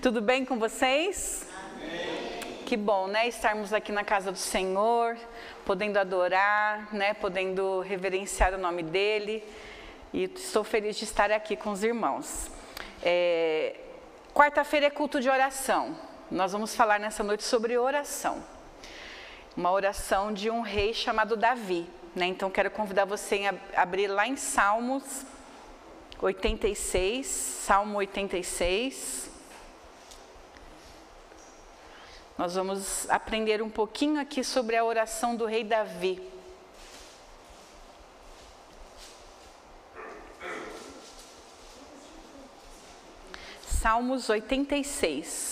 Tudo bem com vocês? Amém. Que bom, né? Estarmos aqui na casa do Senhor, podendo adorar, né? Podendo reverenciar o nome dEle. E estou feliz de estar aqui com os irmãos. Quarta-feira é culto de oração. Nós vamos falar nessa noite sobre oração. Uma oração de um rei chamado Davi, né? Então quero convidar você a abrir lá em Salmos 86, Salmo 86. Nós vamos aprender um pouquinho aqui sobre a oração do rei Davi. Salmos 86.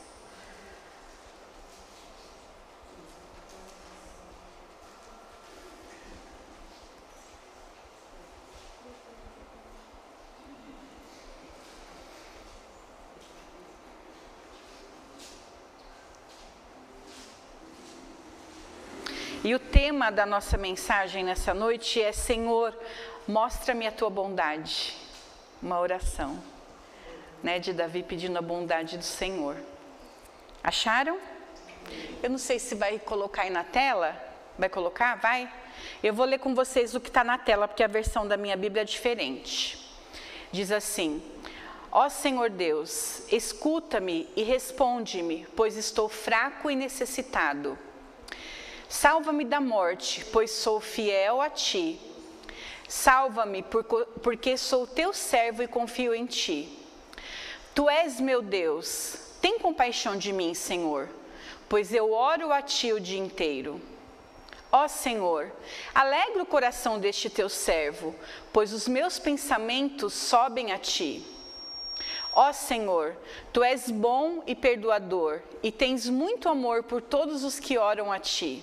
E o tema da nossa mensagem nessa noite é: Senhor, mostra-me a tua bondade. Uma oração, né, de Davi pedindo a bondade do Senhor. Acharam? Eu não sei se vai colocar aí na tela. Vai colocar? Vai? Eu vou ler com vocês o que está na tela, porque a versão da minha Bíblia é diferente. Diz assim: Ó Senhor Deus, escuta-me e responde-me, pois estou fraco e necessitado. Salva-me da morte, pois sou fiel a ti. Salva-me, porque sou teu servo e confio em ti. Tu és meu Deus, tem compaixão de mim, Senhor, pois eu oro a ti o dia inteiro. Ó Senhor, alegra o coração deste teu servo, pois os meus pensamentos sobem a ti. Ó Senhor, tu és bom e perdoador, e tens muito amor por todos os que oram a ti.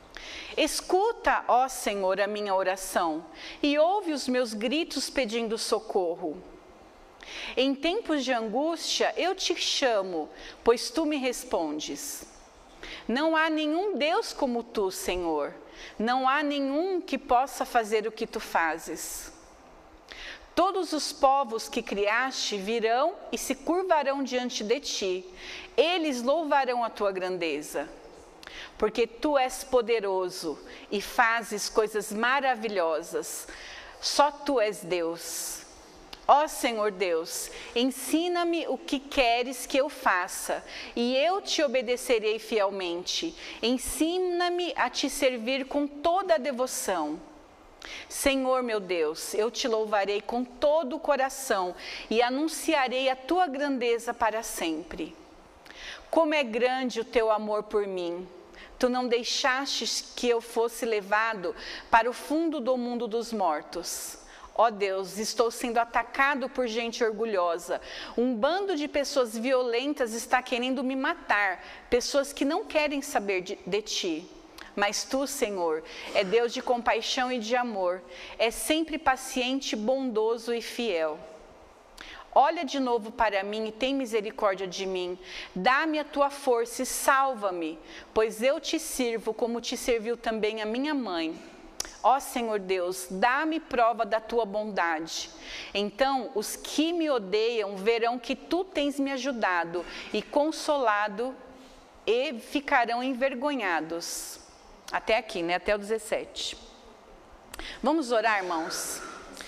Escuta, ó Senhor, a minha oração, e ouve os meus gritos pedindo socorro. Em tempos de angústia eu te chamo, pois tu me respondes. Não há nenhum Deus como tu, Senhor, não há nenhum que possa fazer o que tu fazes. Todos os povos que criaste virão e se curvarão diante de ti, eles louvarão a tua grandeza. Porque tu és poderoso e fazes coisas maravilhosas. Só tu és Deus. Ó Senhor Deus, ensina-me o que queres que eu faça, e eu te obedecerei fielmente. Ensina-me a te servir com toda a devoção. Senhor meu Deus, eu te louvarei com todo o coração e anunciarei a tua grandeza para sempre. Como é grande o teu amor por mim. Tu não deixaste que eu fosse levado para o fundo do mundo dos mortos. Ó Deus, estou sendo atacado por gente orgulhosa. Um bando de pessoas violentas está querendo me matar. Pessoas que não querem saber de ti. Mas tu, Senhor, é Deus de compaixão e de amor. É sempre paciente, bondoso e fiel. Olha de novo para mim e tem misericórdia de mim. Dá-me a tua força e salva-me, pois eu te sirvo como te serviu também a minha mãe. Ó Senhor Deus, dá-me prova da tua bondade. Então os que me odeiam verão que tu tens me ajudado e consolado e ficarão envergonhados. Até aqui, né? Até o 17. Vamos orar, irmãos?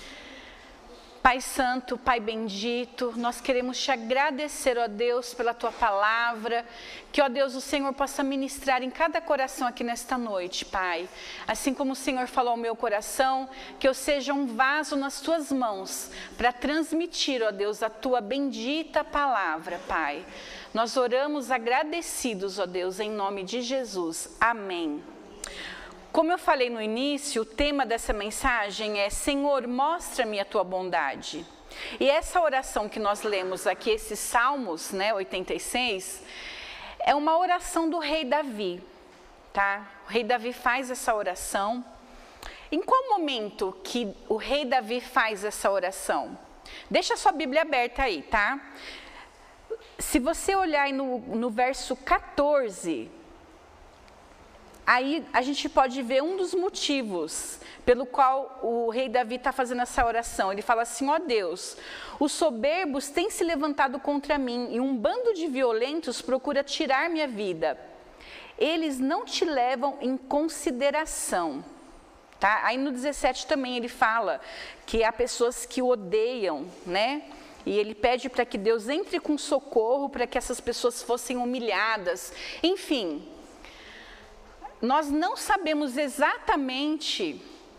Pai Santo, Pai bendito, nós queremos te agradecer, ó Deus, pela tua palavra, que, ó Deus, o Senhor possa ministrar em cada coração aqui nesta noite, Pai. Assim como o Senhor falou ao meu coração, que eu seja um vaso nas tuas mãos, para transmitir, ó Deus, a tua bendita palavra, Pai. Nós oramos agradecidos, ó Deus, em nome de Jesus. Amém. Como eu falei no início, o tema dessa mensagem é: Senhor, mostra-me a tua bondade. E essa oração que nós lemos aqui, esses Salmos, né, 86, é uma oração do rei Davi, tá? O rei Davi faz essa oração. Em qual momento que o rei Davi faz essa oração? Deixa a sua Bíblia aberta aí, tá? Se você olhar aí no verso 14... aí a gente pode ver um dos motivos pelo qual o rei Davi está fazendo essa oração. Ele fala assim: ó Deus, os soberbos têm se levantado contra mim e um bando de violentos procura tirar minha vida. Eles não te levam em consideração. Tá? Aí no 17 também ele fala que há pessoas que o odeiam, né? E ele pede para que Deus entre com socorro para que essas pessoas fossem humilhadas. Enfim, nós não sabemos exatamente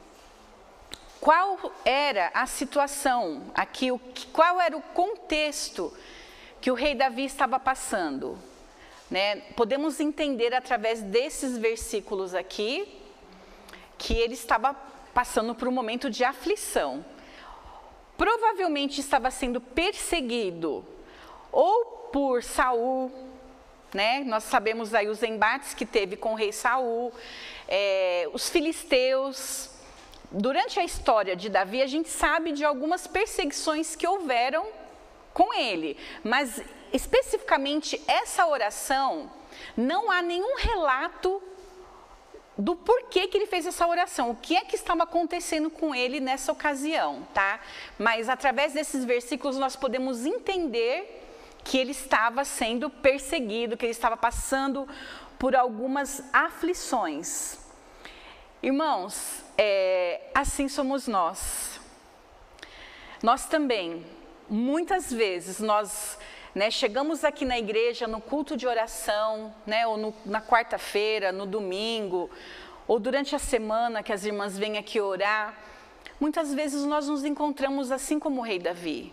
qual era a situação aqui, qual era o contexto que o rei Davi estava passando, né? Podemos entender através desses versículos aqui que ele estava passando por um momento de aflição. Provavelmente estava sendo perseguido ou por Saul, né? Nós sabemos aí os embates que teve com o rei Saul, os filisteus. Durante a história de Davi, a gente sabe de algumas perseguições que houveram com ele, mas especificamente essa oração, não há nenhum relato do porquê que ele fez essa oração, o que é que estava acontecendo com ele nessa ocasião, tá? Mas através desses versículos nós podemos entender que ele estava sendo perseguido, que ele estava passando por algumas aflições. Irmãos, assim somos nós. Nós também, muitas vezes, nós chegamos aqui na igreja no culto de oração, ou na quarta-feira, no domingo, ou durante a semana que as irmãs vêm aqui orar. Muitas vezes nós nos encontramos assim como o rei Davi,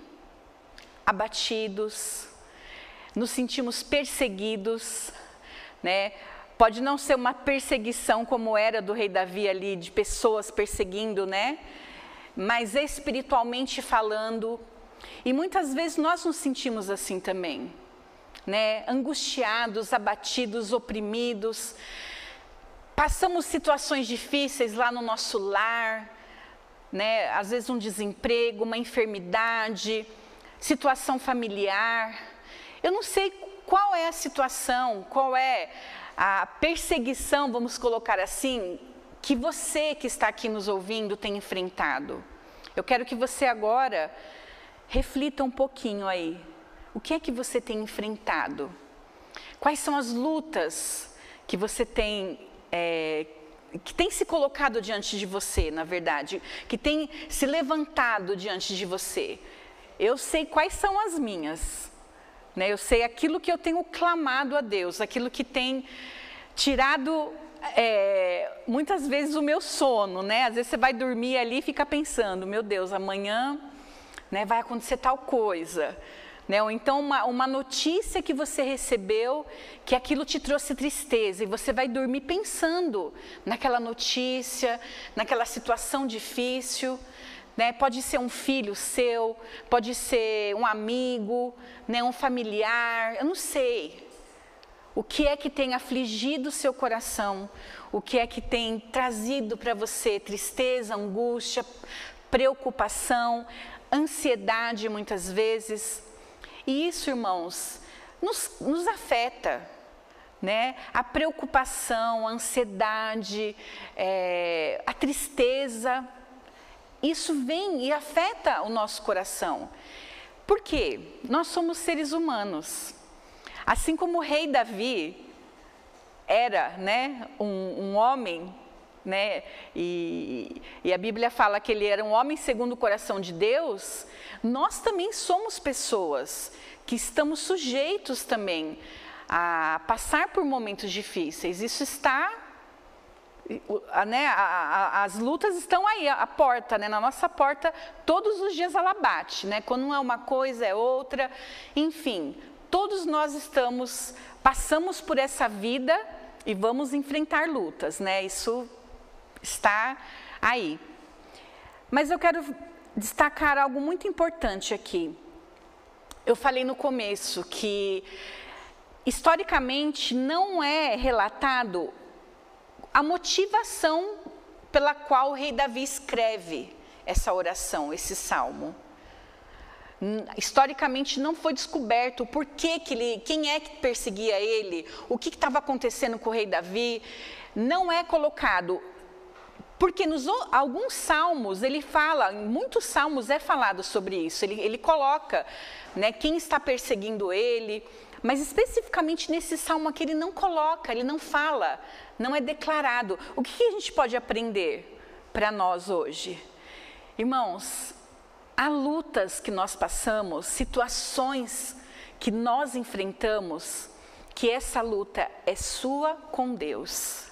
abatidos, nos sentimos perseguidos, né? Pode não ser uma perseguição como era do rei Davi ali, de pessoas perseguindo, né? Mas espiritualmente falando. E muitas vezes nós nos sentimos assim também, né? Angustiados, abatidos, oprimidos. Passamos situações difíceis lá no nosso lar, né? Às vezes um desemprego, uma enfermidade, situação familiar. Eu não sei qual é a situação, qual é a perseguição, vamos colocar assim, que você que está aqui nos ouvindo tem enfrentado. Eu quero que você agora reflita um pouquinho aí. O que é que você tem enfrentado? Quais são as lutas que você tem, que tem se colocado diante de você, na verdade, que tem se levantado diante de você? Eu sei quais são as minhas. Eu sei aquilo que eu tenho clamado a Deus, aquilo que tem tirado muitas vezes o meu sono, né? Às vezes você vai dormir ali e fica pensando, meu Deus, amanhã vai acontecer tal coisa, né? Ou então uma notícia que você recebeu, que aquilo te trouxe tristeza, e você vai dormir pensando naquela notícia, naquela situação difícil. Pode ser um filho seu, pode ser um amigo, um familiar, eu não sei. O que é que tem afligido o seu coração? O que é que tem trazido para você tristeza, angústia, preocupação, ansiedade muitas vezes? E isso, irmãos, nos afeta. A preocupação, a ansiedade, a tristeza. Isso vem e afeta o nosso coração. Por quê? Nós somos seres humanos. Assim como o rei Davi era um homem, e a Bíblia fala que ele era um homem segundo o coração de Deus, nós também somos pessoas que estamos sujeitos também a passar por momentos difíceis. Isso está... as lutas estão aí, à porta, na nossa porta, todos os dias ela bate, quando não é uma coisa, é outra, enfim, todos nós passamos por essa vida e vamos enfrentar lutas, isso está aí. Mas eu quero destacar algo muito importante aqui. Eu falei no começo que, historicamente, não é relatado a motivação pela qual o rei Davi escreve essa oração, esse salmo. Historicamente não foi descoberto o porquê quem é que perseguia ele, o que estava acontecendo com o rei Davi, não é colocado. Porque alguns salmos, ele fala, em muitos salmos é falado sobre isso, ele coloca, né, quem está perseguindo ele, mas especificamente nesse salmo aqui ele não coloca, ele não fala, não é declarado. O que a gente pode aprender para nós hoje? Irmãos, há lutas que nós passamos, situações que nós enfrentamos, que essa luta é sua com Deus.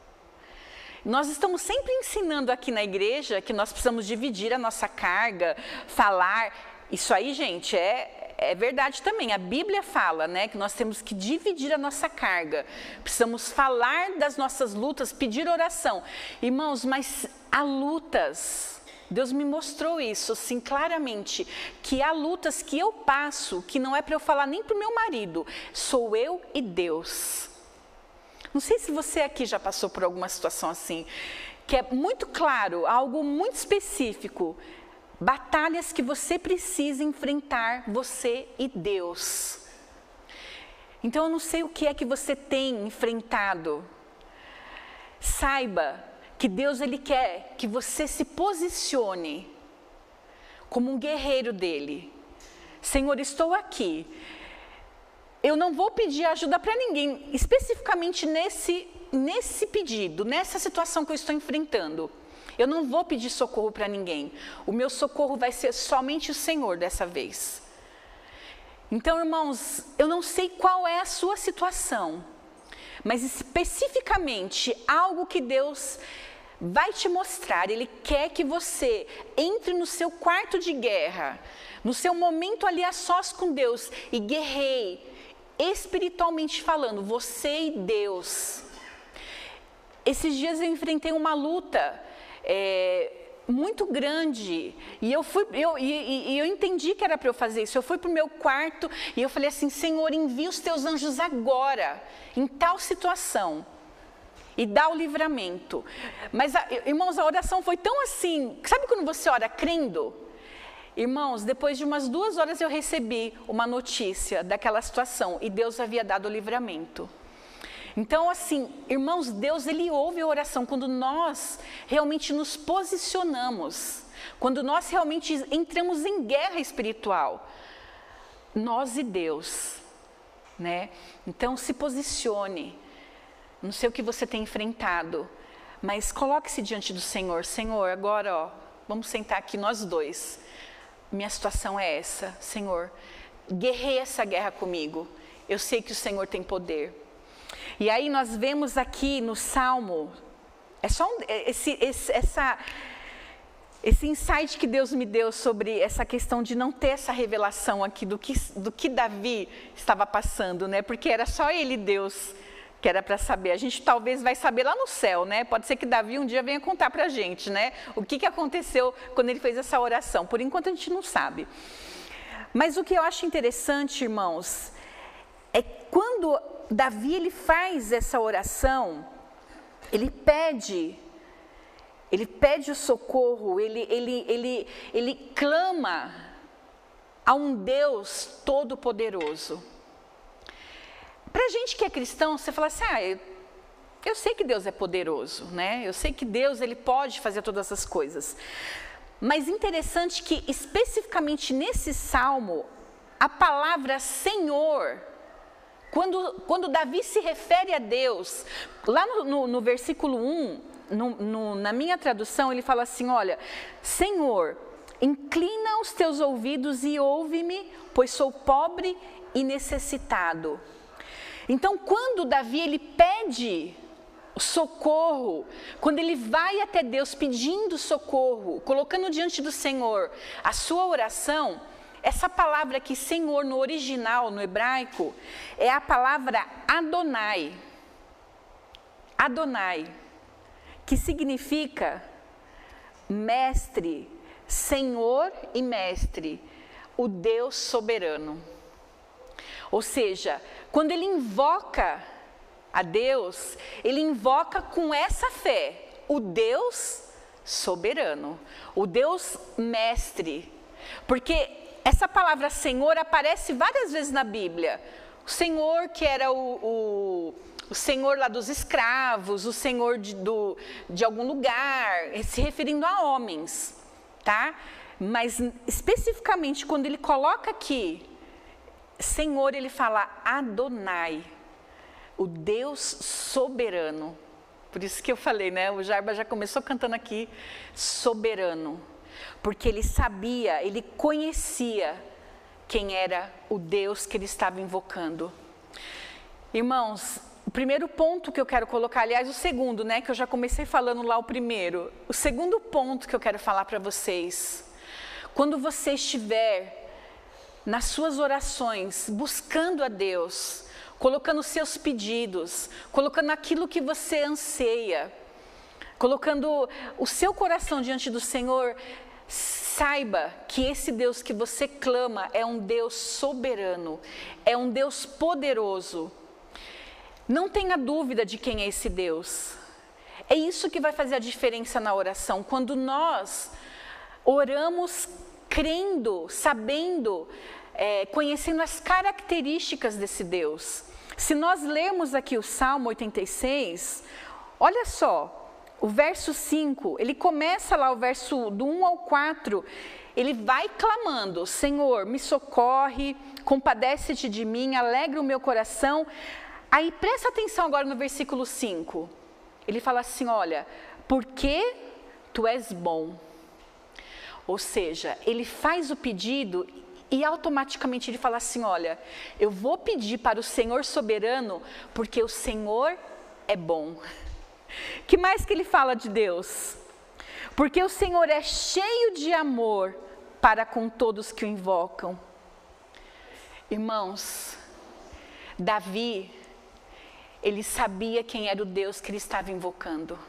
Nós estamos sempre ensinando aqui na igreja que nós precisamos dividir a nossa carga, falar. Isso aí, gente, é verdade também. A Bíblia fala, né, que nós temos que dividir a nossa carga. Precisamos falar das nossas lutas, pedir oração. Irmãos, mas há lutas. Deus me mostrou isso, assim, claramente, que há lutas que eu passo, que não é para eu falar nem para o meu marido, sou eu e Deus. Não sei se você aqui já passou por alguma situação assim, que é muito claro, algo muito específico, batalhas que você precisa enfrentar, você e Deus. Então eu não sei o que é que você tem enfrentado. Saiba que Deus, Ele quer que você se posicione como um guerreiro dele. Senhor, estou aqui. Eu não vou pedir ajuda para ninguém, especificamente nesse pedido, nessa situação que eu estou enfrentando. Eu não vou pedir socorro para ninguém. O meu socorro vai ser somente o Senhor dessa vez. Então, irmãos, eu não sei qual é a sua situação, mas especificamente algo que Deus vai te mostrar. Ele quer que você entre no seu quarto de guerra, no seu momento ali a sós com Deus e guerreie, espiritualmente falando, você e Deus. Esses dias eu enfrentei uma luta muito grande e eu entendi que era para eu fazer isso. Eu fui para o meu quarto e eu falei assim: Senhor, envia os teus anjos agora, em tal situação, e dá o livramento. Mas, irmãos, a oração foi tão assim, sabe quando você ora crendo? Irmãos, depois de umas 2 horas eu recebi uma notícia daquela situação e Deus havia dado o livramento. Então, assim, irmãos, Deus, Ele ouve a oração quando nós realmente nos posicionamos, quando nós realmente entramos em guerra espiritual, nós e Deus, né? Então, se posicione. Não sei o que você tem enfrentado, mas coloque-se diante do Senhor. Senhor, agora, ó, vamos sentar aqui nós dois. Minha situação é essa, Senhor. Guerreie essa guerra comigo. Eu sei que o Senhor tem poder. E aí nós vemos aqui no Salmo, é só esse insight que Deus me deu sobre essa questão de não ter essa revelação aqui do que Davi estava passando, né? Porque era só ele, Deus, que era para saber. A gente talvez vai saber lá no céu, né? Pode ser que Davi um dia venha contar para a gente, né? O que aconteceu quando ele fez essa oração. Por enquanto a gente não sabe. Mas o que eu acho interessante, irmãos, é quando Davi ele faz essa oração, ele pede o socorro, ele clama a um Deus todo-poderoso. Para a gente que é cristão, você fala assim: eu sei que Deus é poderoso, né? Eu sei que Deus ele pode fazer todas essas coisas. Mas interessante que especificamente nesse salmo, a palavra Senhor, quando Davi se refere a Deus, lá no versículo 1, na minha tradução, ele fala assim: olha, Senhor, inclina os teus ouvidos e ouve-me, pois sou pobre e necessitado. Então, quando Davi ele pede socorro, quando ele vai até Deus pedindo socorro, colocando diante do Senhor a sua oração, essa palavra aqui, Senhor, no original, no hebraico, é a palavra Adonai. Adonai, que significa mestre, Senhor e mestre, o Deus soberano. Ou seja, quando ele invoca a Deus, ele invoca com essa fé, o Deus soberano, o Deus mestre, porque Essa palavra Senhor aparece várias vezes na Bíblia. O Senhor que era o Senhor lá dos escravos, o Senhor de algum lugar, se referindo a homens, tá? Mas especificamente quando ele coloca aqui Senhor, ele fala Adonai, o Deus soberano. Por isso que eu falei, né? O Jarba já começou cantando aqui, soberano. Porque ele sabia, ele conhecia quem era o Deus que ele estava invocando. Irmãos, o primeiro ponto que eu quero colocar, aliás, o segundo, né? Que eu já comecei falando lá o primeiro. O segundo ponto que eu quero falar para vocês. Quando você estiver nas suas orações, buscando a Deus, colocando seus pedidos, colocando aquilo que você anseia, colocando o seu coração diante do Senhor, saiba que esse Deus que você clama é um Deus soberano, é um Deus poderoso. Não tenha dúvida de quem é esse Deus. É isso que vai fazer a diferença na oração. Quando nós oramos crendo, sabendo, conhecendo as características desse Deus. Se nós lermos aqui o Salmo 86, olha só, o verso 5, ele começa lá, o verso do 1 ao 4, ele vai clamando, Senhor, me socorre, compadece-te de mim, alegra o meu coração. Aí presta atenção agora no versículo 5, ele fala assim, olha, porque tu és bom. Ou seja, ele faz o pedido e automaticamente ele fala assim, olha, eu vou pedir para o Senhor soberano, porque o Senhor é bom. Que mais que ele fala de Deus? Porque o Senhor é cheio de amor para com todos que o invocam. Irmãos, Davi, ele sabia quem era o Deus que ele estava invocando.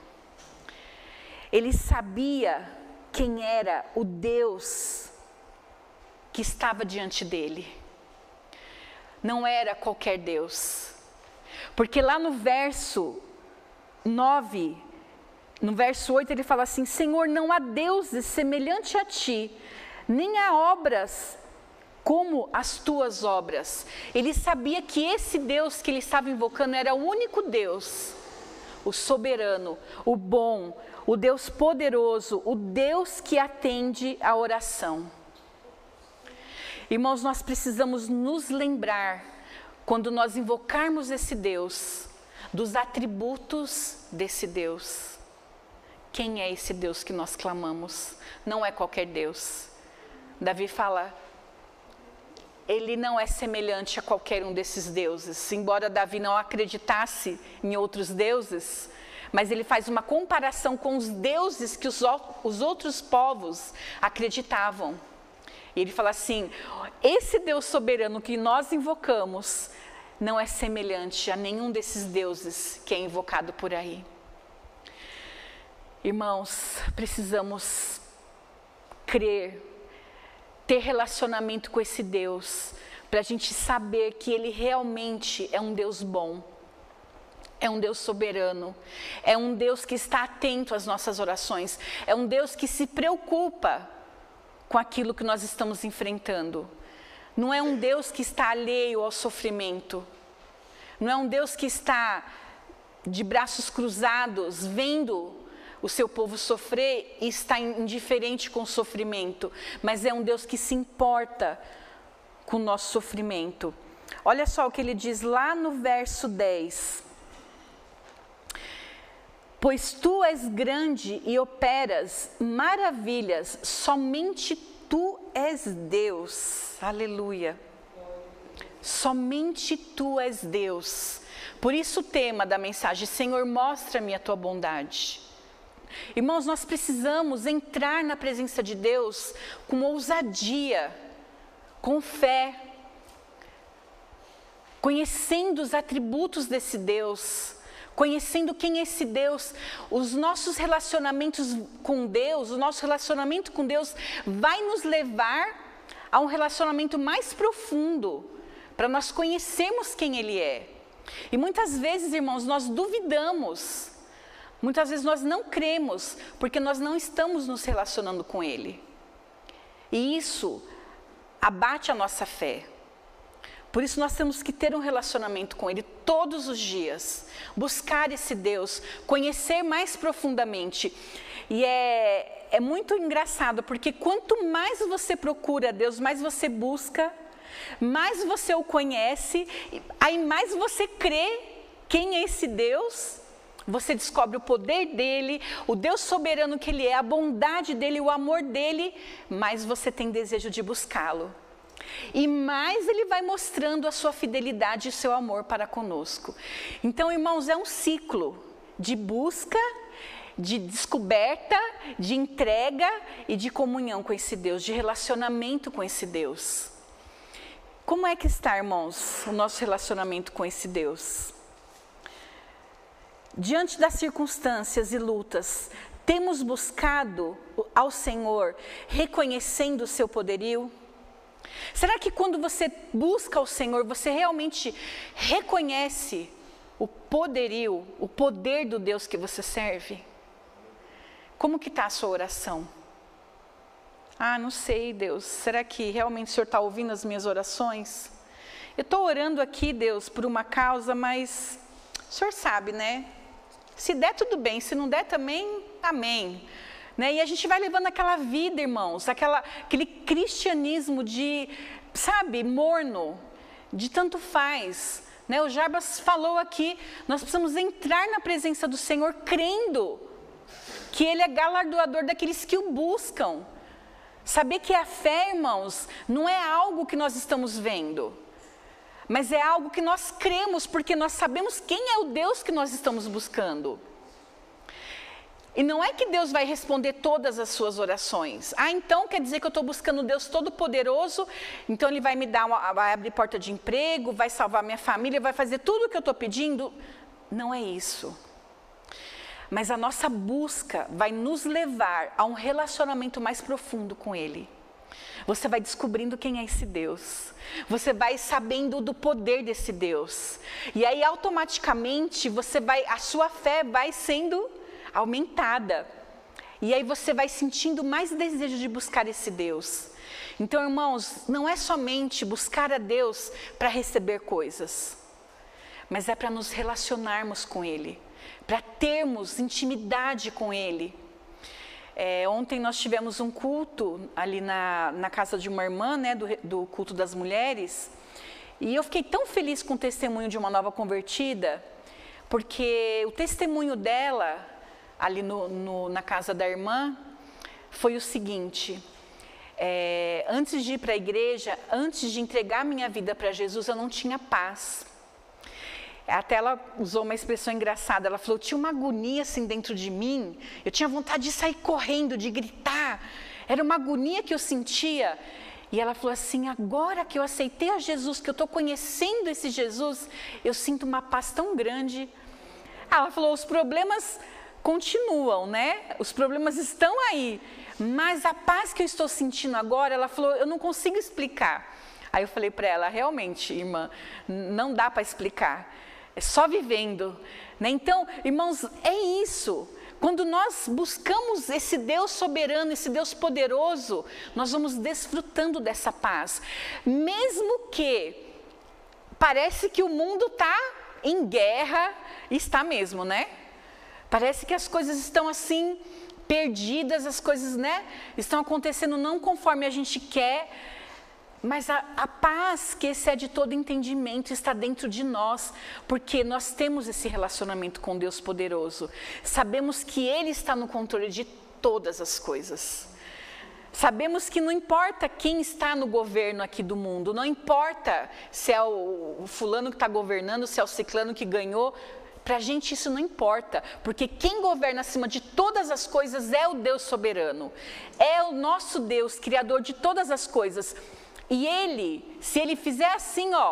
Ele sabia quem era o Deus que estava diante dele. Não era qualquer Deus. Porque lá no verso 9, no verso 8 ele fala assim, Senhor, não há deuses semelhante a ti, nem há obras como as tuas obras. Ele sabia que esse Deus que ele estava invocando era o único Deus, o soberano, o bom, o Deus poderoso, o Deus que atende a oração. Irmãos, nós precisamos nos lembrar, quando nós invocarmos esse Deus, dos atributos desse Deus. Quem é esse Deus que nós clamamos? Não é qualquer Deus. Davi fala, ele não é semelhante a qualquer um desses deuses. Embora Davi não acreditasse em outros deuses, mas ele faz uma comparação com os deuses que os outros povos acreditavam. E ele fala assim, esse Deus soberano que nós invocamos não é semelhante a nenhum desses deuses que é invocado por aí. Irmãos, precisamos crer, ter relacionamento com esse Deus, para a gente saber que Ele realmente é um Deus bom, é um Deus soberano, é um Deus que está atento às nossas orações, é um Deus que se preocupa com aquilo que nós estamos enfrentando. Não é um Deus que está alheio ao sofrimento, não é um Deus que está de braços cruzados, vendo o seu povo sofrer e está indiferente com o sofrimento, mas é um Deus que se importa com o nosso sofrimento. Olha só o que ele diz lá no verso 10. Pois tu és grande e operas maravilhas, somente tu és Deus. Aleluia. Somente tu és Deus. Por isso o tema da mensagem, Senhor, mostra-me a tua bondade. Irmãos, nós precisamos entrar na presença de Deus com ousadia, com fé, conhecendo os atributos desse Deus, conhecendo quem é esse Deus. Os nossos relacionamentos com Deus, o nosso relacionamento com Deus vai nos levar a um relacionamento mais profundo, para nós conhecermos quem Ele é. E muitas vezes, irmãos, nós duvidamos, muitas vezes nós não cremos, porque nós não estamos nos relacionando com Ele. E isso abate a nossa fé. Por isso nós temos que ter um relacionamento com Ele todos os dias, buscar esse Deus, conhecer mais profundamente. E é muito engraçado, porque quanto mais você procura Deus, mais você busca, mais você o conhece, aí mais você crê quem é esse Deus. Você descobre o poder dele, o Deus soberano que Ele é, a bondade dele, o amor dele, mais você tem desejo de buscá-lo. E mais Ele vai mostrando a sua fidelidade e o seu amor para conosco. Então, irmãos, é um ciclo de busca, de descoberta, de entrega e de comunhão com esse Deus, de relacionamento com esse Deus. Como é que está, irmãos, o nosso relacionamento com esse Deus? Diante das circunstâncias e lutas, temos buscado ao Senhor, reconhecendo o seu poderio? Será que quando você busca ao Senhor, você realmente reconhece o poderio, o poder do Deus que você serve? Como que está a sua oração? Ah, não sei, Deus, será que realmente o Senhor está ouvindo as minhas orações? Eu estou orando aqui, Deus, por uma causa, mas o Senhor sabe, né? Se der, tudo bem, se não der também, amém. Né? E a gente vai levando aquela vida, irmãos, aquele cristianismo de, sabe, morno, de tanto faz. Né? O Jarbas falou aqui, nós precisamos entrar na presença do Senhor crendo que Ele é galardoador daqueles que o buscam. Saber que a fé, irmãos, não é algo que nós estamos vendo, mas é algo que nós cremos, porque nós sabemos quem é o Deus que nós estamos buscando. E não é que Deus vai responder todas as suas orações. Ah, então quer dizer que eu estou buscando Deus Todo-Poderoso, então Ele vai me dar, vai abrir porta de emprego, vai salvar minha família, vai fazer tudo o que eu estou pedindo? Não é isso. Mas a nossa busca vai nos levar a um relacionamento mais profundo com Ele. Você vai descobrindo quem é esse Deus. Você vai sabendo do poder desse Deus. E aí automaticamente a sua fé vai sendo aumentada. E aí você vai sentindo mais desejo de buscar esse Deus. Então, irmãos, não é somente buscar a Deus para receber coisas, mas é para nos relacionarmos com Ele, para termos intimidade com Ele. Ontem nós tivemos um culto ali na casa de uma irmã, né, do culto das mulheres, e eu fiquei tão feliz com o testemunho de uma nova convertida, porque o testemunho dela, ali na casa da irmã, foi o seguinte: antes de ir para a igreja, antes de entregar minha vida para Jesus, eu não tinha paz. Até ela usou uma expressão engraçada, ela falou, tinha uma agonia assim dentro de mim, eu tinha vontade de sair correndo, de gritar, era uma agonia que eu sentia. E ela falou assim, agora que eu aceitei a Jesus, que eu estou conhecendo esse Jesus, eu sinto uma paz tão grande. Ela falou, os problemas continuam, né? Os problemas estão aí, mas a paz que eu estou sentindo agora, ela falou, eu não consigo explicar. Aí eu falei para ela, realmente, irmã, não dá para explicar. É só vivendo, né? Então, irmãos, é isso. Quando nós buscamos esse Deus soberano, esse Deus poderoso, nós vamos desfrutando dessa paz. Mesmo que parece que o mundo está em guerra, está mesmo, né? Parece que as coisas estão assim, perdidas, as coisas, né, estão acontecendo não conforme a gente quer. Mas a paz que excede todo entendimento está dentro de nós, porque nós temos esse relacionamento com Deus poderoso. Sabemos que Ele está no controle de todas as coisas. Sabemos que não importa quem está no governo aqui do mundo, não importa se é o fulano que está governando, se é o ciclano que ganhou. Para a gente isso não importa, porque quem governa acima de todas as coisas é o Deus soberano. É o nosso Deus, criador de todas as coisas. E Ele, se Ele fizer assim, ó,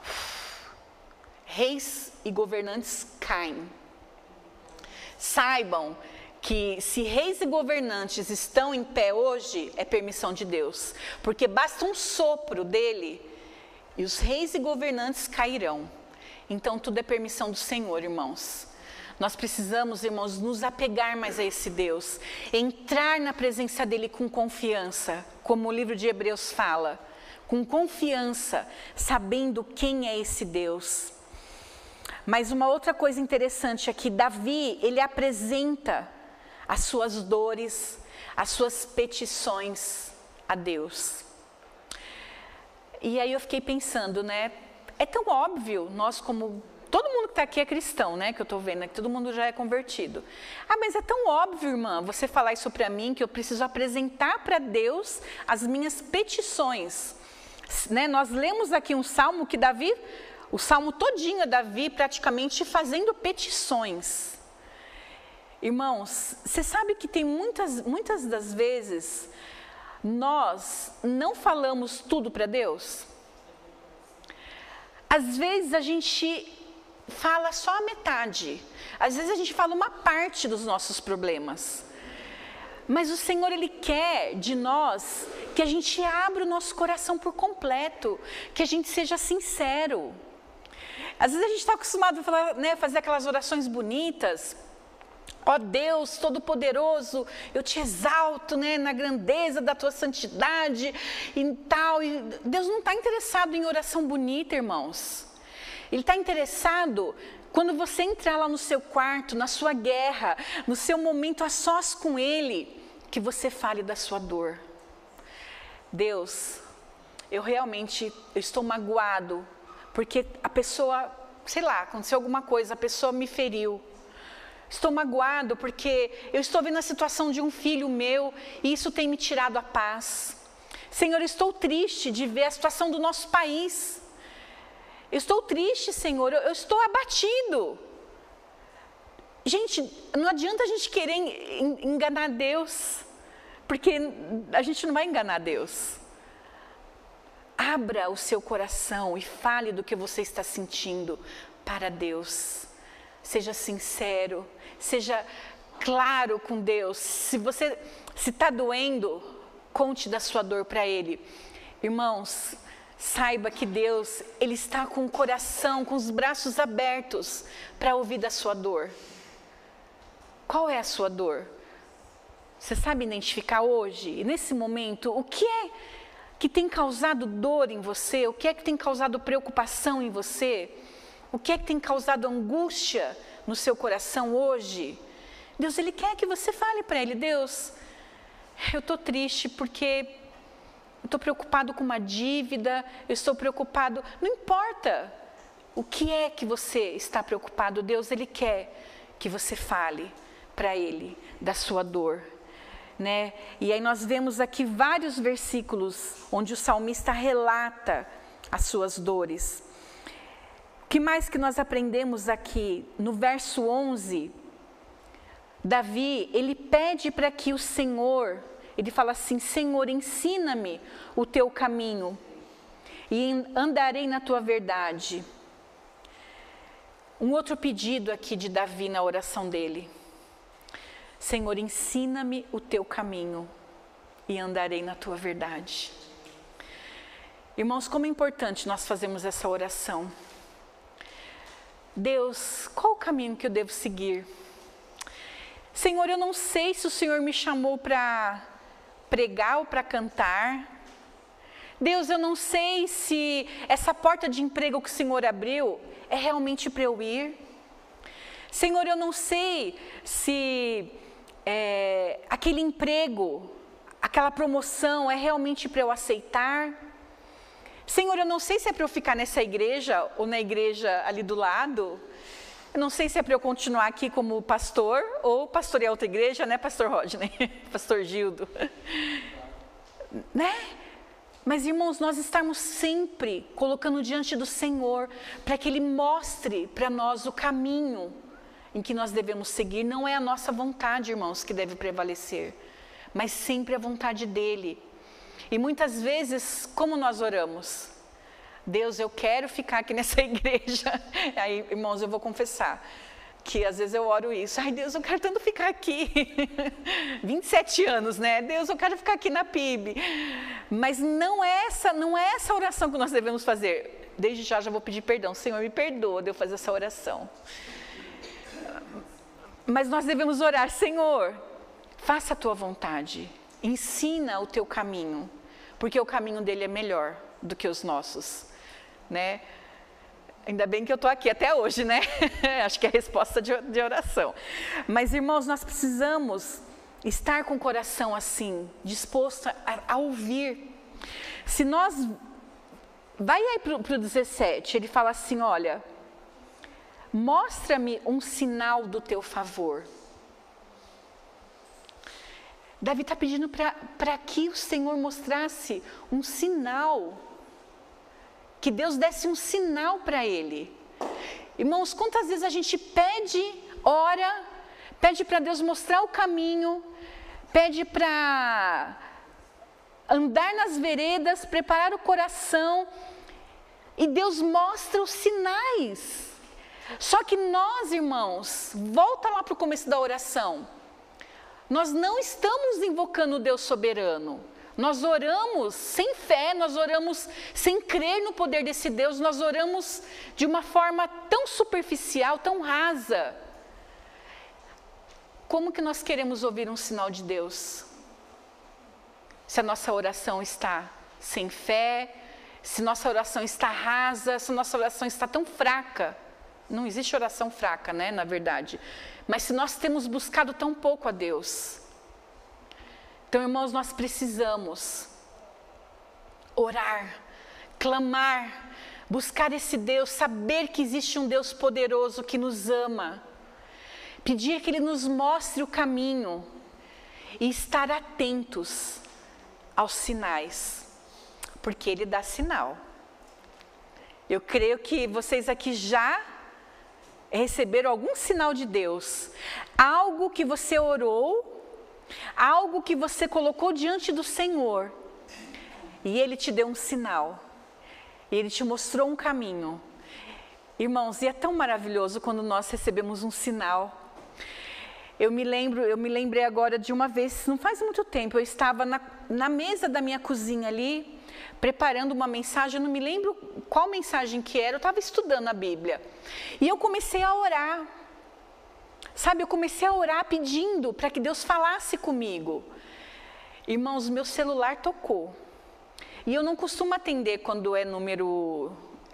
reis e governantes caem. Saibam que se reis e governantes estão em pé hoje, é permissão de Deus. Porque basta um sopro dEle e os reis e governantes cairão. Então tudo é permissão do Senhor, irmãos. Nós precisamos, irmãos, nos apegar mais a esse Deus. Entrar na presença dEle com confiança, como o livro de Hebreus fala. com confiança, sabendo quem é esse Deus. Mas uma outra coisa interessante é que Davi, ele apresenta as suas dores, as suas petições a Deus. E aí eu fiquei pensando, né? É tão óbvio, nós como... Todo mundo que está aqui é cristão, né? Que eu estou vendo, que todo mundo já é convertido. Ah, mas é tão óbvio, irmã, você falar isso para mim, que eu preciso apresentar para Deus as minhas petições. Né? Nós lemos aqui um salmo que Davi... O salmo todinho é Davi praticamente fazendo petições. Irmãos, você sabe que tem muitas das vezes, nós não falamos tudo para Deus? Às vezes a gente fala só a metade. Às vezes a gente fala uma parte dos nossos problemas. Mas o Senhor, Ele quer de nós que a gente abra o nosso coração por completo, que a gente seja sincero. Às vezes a gente está acostumado a falar, né, fazer aquelas orações bonitas. Ó Deus Todo-Poderoso, eu te exalto, né, na grandeza da tua santidade e tal. E Deus não está interessado em oração bonita, irmãos. Ele está interessado quando você entrar lá no seu quarto, na sua guerra, no seu momento a sós com Ele, que você fale da sua dor. Deus, eu estou magoado, porque a pessoa, sei lá, aconteceu alguma coisa, a pessoa me feriu. Estou magoado porque eu estou vendo a situação de um filho meu e isso tem me tirado a paz. Senhor, estou triste de ver a situação do nosso país. Estou triste, Senhor, eu estou abatido. Gente, não adianta a gente querer enganar Deus, porque a gente não vai enganar Deus. Abra o seu coração e fale do que você está sentindo para Deus. Seja sincero, seja claro com Deus. Se está doendo, conte da sua dor para Ele. Irmãos, saiba que Deus, Ele está com o coração, com os braços abertos para ouvir da sua dor. Qual é a sua dor? Você sabe identificar hoje, e nesse momento, o que é que tem causado dor em você? O que é que tem causado preocupação em você? O que é que tem causado angústia no seu coração hoje? Deus, Ele quer que você fale para Ele, Deus, eu estou triste porque eu estou preocupado com uma dívida, eu estou preocupado, não importa o que é que você está preocupado, Deus, Ele quer que você fale para Ele da sua dor. Né? E aí nós vemos aqui vários versículos onde o salmista relata as suas dores. O que mais que nós aprendemos aqui? No verso 11, Davi, ele pede para que o Senhor, ele fala assim, Senhor, ensina-me o teu caminho e andarei na tua verdade. Um outro pedido aqui de Davi na oração dele. Senhor, ensina-me o teu caminho e andarei na tua verdade. Irmãos, como é importante nós fazermos essa oração. Deus, qual o caminho que eu devo seguir? Senhor, eu não sei se o Senhor me chamou para pregar ou para cantar. Deus, eu não sei se essa porta de emprego que o Senhor abriu é realmente para eu ir. Senhor, eu não sei se aquele emprego, aquela promoção é realmente para eu aceitar. Senhor, eu não sei se é para eu ficar nessa igreja ou na igreja ali do lado. Eu não sei se é para eu continuar aqui como pastor ou pastorear outra igreja, né, pastor Rodney? Pastor Gildo. Né? Mas, irmãos, nós estamos sempre colocando diante do Senhor para que Ele mostre para nós o caminho em que nós devemos seguir. Não é a nossa vontade, irmãos, que deve prevalecer, mas sempre a vontade dEle. E muitas vezes, como nós oramos? Deus, eu quero ficar aqui nessa igreja. Aí, irmãos, eu vou confessar que às vezes eu oro isso. Ai, Deus, eu quero tanto ficar aqui. 27 anos, né? Deus, eu quero ficar aqui na PIB. Mas não é essa oração que nós devemos fazer. Desde já vou pedir perdão. Senhor, me perdoa de eu fazer essa oração. Mas nós devemos orar, Senhor, faça a tua vontade. Ensina o teu caminho, porque o caminho dele é melhor do que os nossos, né? Ainda bem que eu estou aqui até hoje, né? Acho que é a resposta de oração. Mas, irmãos, nós precisamos estar com o coração assim, disposto a ouvir. Se nós... Vai aí para o 17, ele fala assim, olha, mostra-me um sinal do teu favor. Davi está pedindo para que o Senhor mostrasse um sinal, que Deus desse um sinal para ele. Irmãos, quantas vezes a gente pede, ora, pede para Deus mostrar o caminho, pede para andar nas veredas, preparar o coração, e Deus mostra os sinais. Só que nós, irmãos, volta lá para o começo da oração, nós não estamos invocando o Deus soberano. Nós oramos sem fé, nós oramos sem crer no poder desse Deus, nós oramos de uma forma tão superficial, tão rasa. Como que nós queremos ouvir um sinal de Deus? Se a nossa oração está sem fé, se nossa oração está rasa, se nossa oração está tão fraca. Não existe oração fraca, né, na verdade. Mas se nós temos buscado tão pouco a Deus. Então, irmãos, nós precisamos orar, clamar, buscar esse Deus, saber que existe um Deus poderoso que nos ama, pedir que Ele nos mostre o caminho e estar atentos aos sinais, porque Ele dá sinal. Eu creio que vocês aqui já receberam algum sinal de Deus, algo que você orou, algo que você colocou diante do Senhor, e Ele te deu um sinal, e Ele te mostrou um caminho. Irmãos, e é tão maravilhoso quando nós recebemos um sinal. Eu me lembrei agora de uma vez, não faz muito tempo, eu estava na mesa da minha cozinha ali, preparando uma mensagem, eu não me lembro qual mensagem que era, eu estava estudando a Bíblia, e eu comecei a orar. Sabe, eu comecei a orar pedindo para que Deus falasse comigo. Irmãos, meu celular tocou. E eu não costumo atender quando é número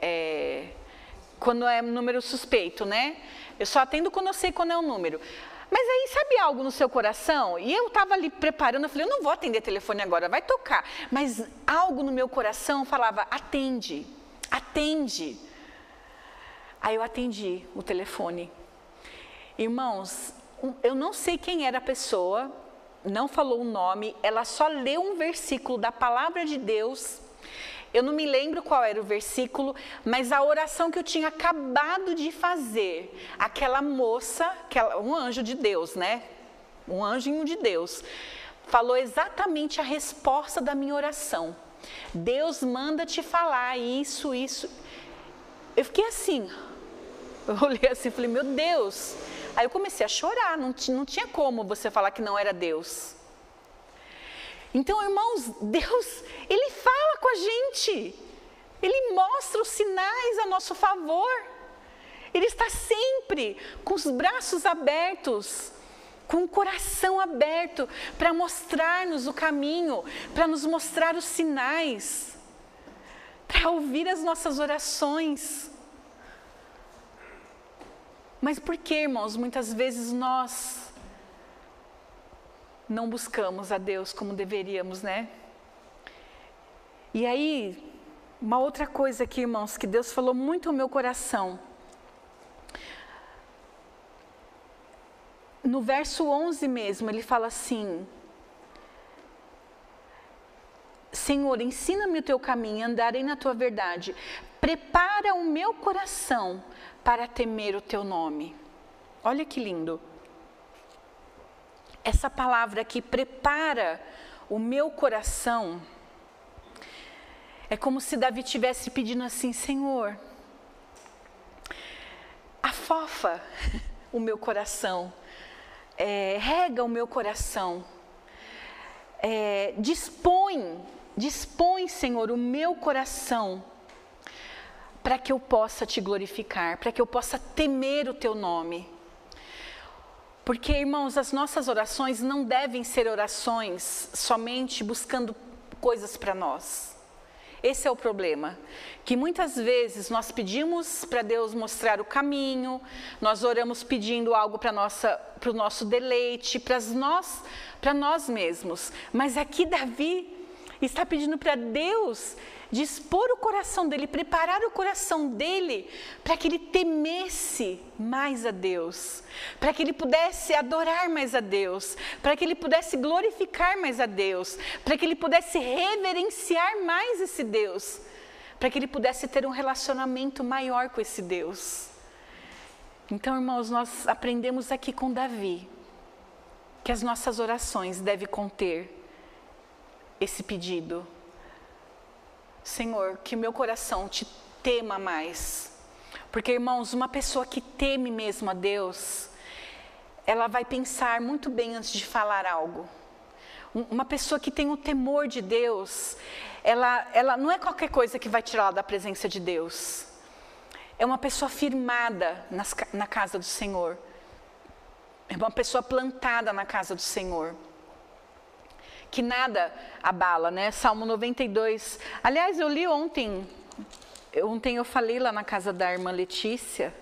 suspeito, né? Eu só atendo quando eu sei quando é o número. Mas aí, sabe algo no seu coração? E eu estava ali preparando, eu falei, eu não vou atender telefone agora, vai tocar. Mas algo no meu coração falava, atende, atende. Aí eu atendi o telefone. Irmãos, eu não sei quem era a pessoa, não falou o nome, ela só leu um versículo da palavra de Deus. Eu não me lembro qual era o versículo, mas a oração que eu tinha acabado de fazer, aquela moça, um anjo de Deus, né? Um anjinho de Deus, falou exatamente a resposta da minha oração. Deus manda te falar isso, isso. Eu fiquei assim, eu olhei assim e falei, meu Deus. Aí eu comecei a chorar, não tinha como você falar que não era Deus. Então, irmãos, Deus, Ele fala com a gente. Ele mostra os sinais a nosso favor. Ele está sempre com os braços abertos, com o coração aberto, para mostrar-nos o caminho, para nos mostrar os sinais, para ouvir as nossas orações. Mas por que, irmãos, muitas vezes nós não buscamos a Deus como deveríamos, né? E aí, uma outra coisa aqui, irmãos, que Deus falou muito ao meu coração. No verso 11 mesmo, Ele fala assim, Senhor, ensina-me o teu caminho, andarei na tua verdade. Prepara o meu coração para temer o teu nome. Olha que lindo. Essa palavra aqui, prepara o meu coração, é como se Davi estivesse pedindo assim, Senhor, afofa o meu coração, rega o meu coração, dispõe, Senhor, o meu coração, para que eu possa te glorificar, para que eu possa temer o teu nome. Porque, irmãos, as nossas orações não devem ser orações somente buscando coisas para nós. Esse é o problema, que muitas vezes nós pedimos para Deus mostrar o caminho, nós oramos pedindo algo para o nosso deleite, para nós mesmos. Mas aqui Davi está pedindo para Deus dispor o coração dele, preparar o coração dele para que ele temesse mais a Deus, para que ele pudesse adorar mais a Deus, para que ele pudesse glorificar mais a Deus, para que ele pudesse reverenciar mais esse Deus, para que ele pudesse ter um relacionamento maior com esse Deus. Então, irmãos, nós aprendemos aqui com Davi que as nossas orações devem conter esse pedido. Senhor, que meu coração te tema mais. Porque, irmãos, uma pessoa que teme mesmo a Deus, ela vai pensar muito bem antes de falar algo. Uma pessoa que tem o temor de Deus, ela não é qualquer coisa que vai tirá-la da presença de Deus. É uma pessoa firmada na casa do Senhor. É uma pessoa plantada na casa do Senhor. Que nada abala, né? Salmo 92. Aliás, eu li ontem eu falei lá na casa da irmã Letícia,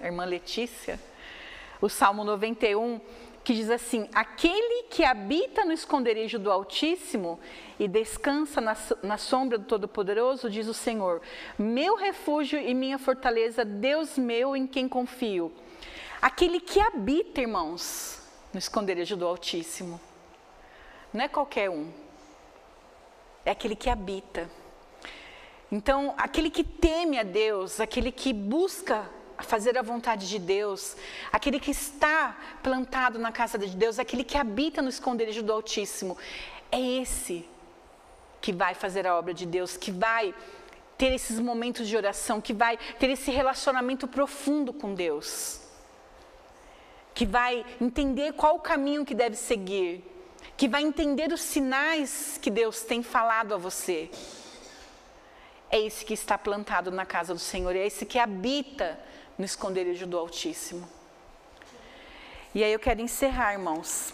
o Salmo 91, que diz assim: aquele que habita no esconderijo do Altíssimo e descansa na sombra do Todo-Poderoso, diz o Senhor, meu refúgio e minha fortaleza, Deus meu em quem confio. Aquele que habita, irmãos, no esconderijo do Altíssimo. Não é qualquer um, é aquele que habita. Então, aquele que teme a Deus, aquele que busca fazer a vontade de Deus, aquele que está plantado na casa de Deus, aquele que habita no esconderijo do Altíssimo, é esse que vai fazer a obra de Deus, que vai ter esses momentos de oração, que vai ter esse relacionamento profundo com Deus, que vai entender qual o caminho que deve seguir, que vai entender os sinais que Deus tem falado a você. É esse que está plantado na casa do Senhor, é esse que habita no esconderijo do Altíssimo. E aí eu quero encerrar, irmãos.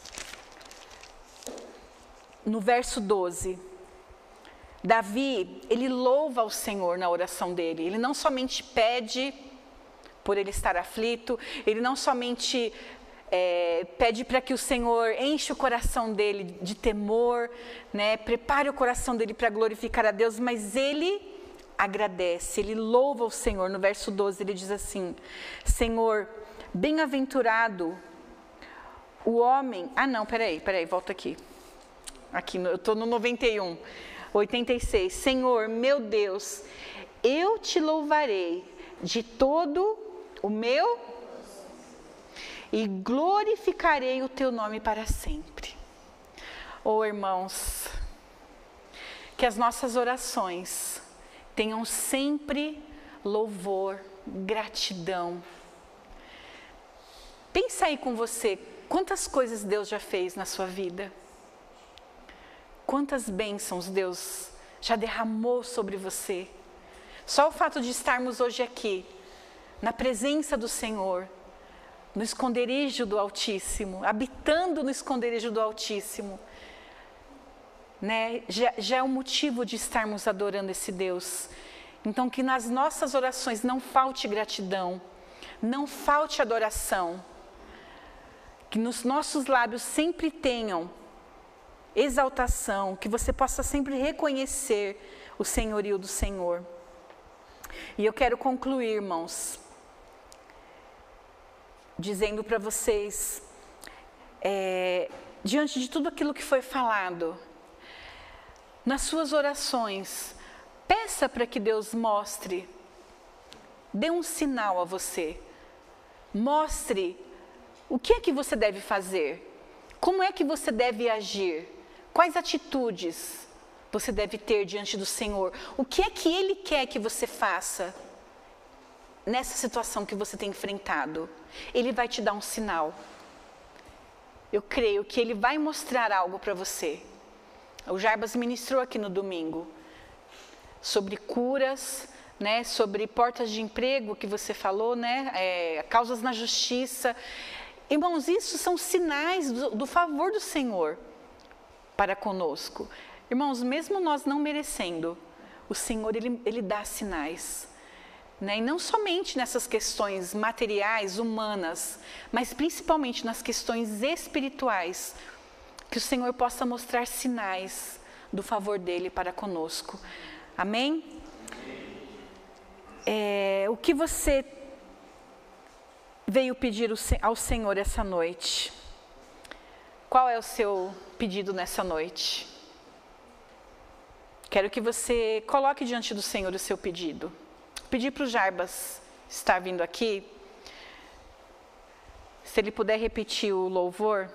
No verso 12, Davi, ele louva ao Senhor na oração dele. Ele não somente pede por ele estar aflito, ele não somente pede para que o Senhor enche o coração dele de temor, né? Prepare o coração dele para glorificar a Deus, mas ele agradece, ele louva o Senhor. No verso 12 ele diz assim: Senhor, bem-aventurado o homem... peraí, volta aqui. Eu estou no 91, 86. Senhor, meu Deus, eu te louvarei de todo o meu e glorificarei o teu nome para sempre. Oh, irmãos, que as nossas orações tenham sempre louvor, gratidão. Pensa aí com você, quantas coisas Deus já fez na sua vida? Quantas bênçãos Deus já derramou sobre você? Só o fato de estarmos hoje aqui, na presença do Senhor, no esconderijo do Altíssimo, habitando no esconderijo do Altíssimo, né? Já é um motivo de estarmos adorando esse Deus. Então, que nas nossas orações não falte gratidão, não falte adoração, que nos nossos lábios sempre tenham exaltação, que você possa sempre reconhecer o senhorio do Senhor. E eu quero concluir, irmãos, dizendo para vocês, diante de tudo aquilo que foi falado, nas suas orações, peça para que Deus mostre, dê um sinal a você, mostre o que é que você deve fazer, como é que você deve agir, quais atitudes você deve ter diante do Senhor, o que é que Ele quer que você faça nessa situação que você tem enfrentado. Ele vai te dar um sinal. Eu creio que Ele vai mostrar algo para você. O Jarbas ministrou aqui no domingo sobre curas, né, sobre portas de emprego que você falou, né, causas na justiça. Irmãos, isso são sinais do favor do Senhor para conosco. Irmãos, mesmo nós não merecendo, o Senhor, Ele dá sinais. Né? E não somente nessas questões materiais, humanas, mas principalmente nas questões espirituais, que o Senhor possa mostrar sinais do favor dEle para conosco. Amém? O que você veio pedir ao Senhor essa noite? Qual é o seu pedido nessa noite? Quero que você coloque diante do Senhor o seu pedido. Pedir para o Jarbas estar vindo aqui, se ele puder repetir o louvor.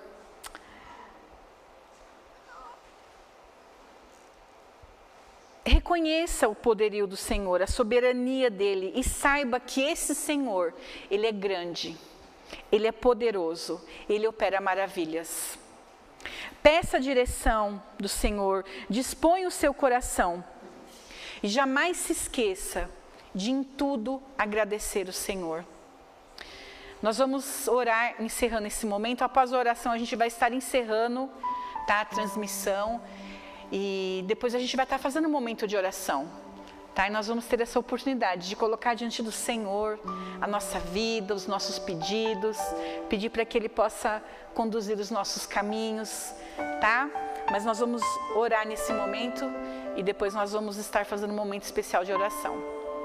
Reconheça o poderio do Senhor, a soberania dEle, e saiba que esse Senhor, Ele é grande, Ele é poderoso, Ele opera maravilhas. Peça a direção do Senhor, disponha o seu coração e jamais se esqueça de em tudo agradecer o Senhor. Nós vamos orar, encerrando esse momento. Após a oração a gente vai estar encerrando, tá, a transmissão, e depois a gente vai estar fazendo um momento de oração, tá? E nós vamos ter essa oportunidade de colocar diante do Senhor a nossa vida, os nossos pedidos, pedir para que Ele possa conduzir os nossos caminhos, tá? Mas nós vamos orar nesse momento e depois nós vamos estar fazendo um momento especial de oração.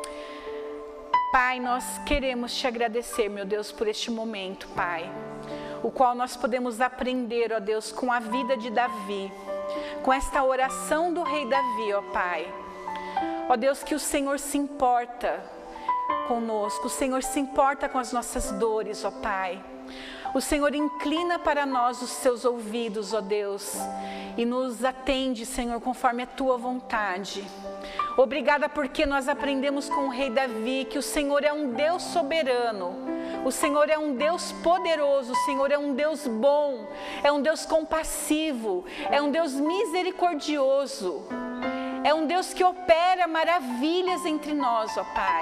Pai, nós queremos te agradecer, meu Deus, por este momento, Pai, o qual nós podemos aprender, ó Deus, com a vida de Davi, com esta oração do rei Davi, ó Pai. Ó Deus, que o Senhor se importa conosco, o Senhor se importa com as nossas dores, ó Pai. O Senhor inclina para nós os seus ouvidos, ó Deus, e nos atende, Senhor, conforme a tua vontade. Obrigada porque nós aprendemos com o rei Davi que o Senhor é um Deus soberano, o Senhor é um Deus poderoso, o Senhor é um Deus bom, é um Deus compassivo, é um Deus misericordioso, é um Deus que opera maravilhas entre nós, ó Pai.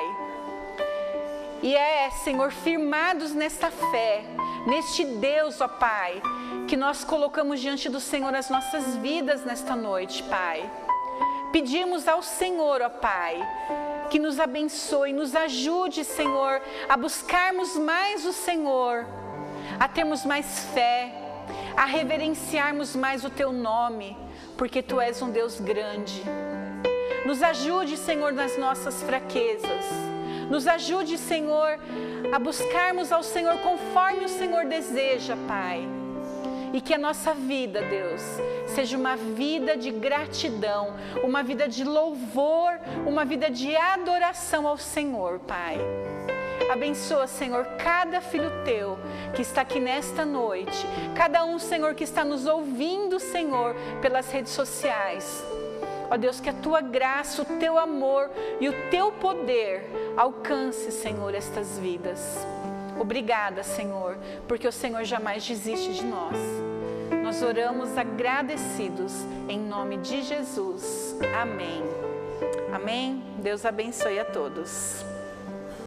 E Senhor, firmados nesta fé, neste Deus, ó Pai, que nós colocamos diante do Senhor as nossas vidas nesta noite, Pai. Pedimos ao Senhor, ó Pai, que nos abençoe, nos ajude, Senhor, a buscarmos mais o Senhor, a termos mais fé, a reverenciarmos mais o Teu nome, porque Tu és um Deus grande. Nos ajude, Senhor, nas nossas fraquezas. Nos ajude, Senhor, a buscarmos ao Senhor conforme o Senhor deseja, Pai. E que a nossa vida, Deus, seja uma vida de gratidão, uma vida de louvor, uma vida de adoração ao Senhor, Pai. Abençoa, Senhor, cada filho Teu que está aqui nesta noite, cada um, Senhor, que está nos ouvindo, Senhor, pelas redes sociais. Ó Deus, que a Tua graça, o Teu amor e o Teu poder alcance, Senhor, estas vidas. Obrigada, Senhor, porque o Senhor jamais desiste de nós. Nós oramos agradecidos em nome de Jesus. Amém. Amém. Deus abençoe a todos.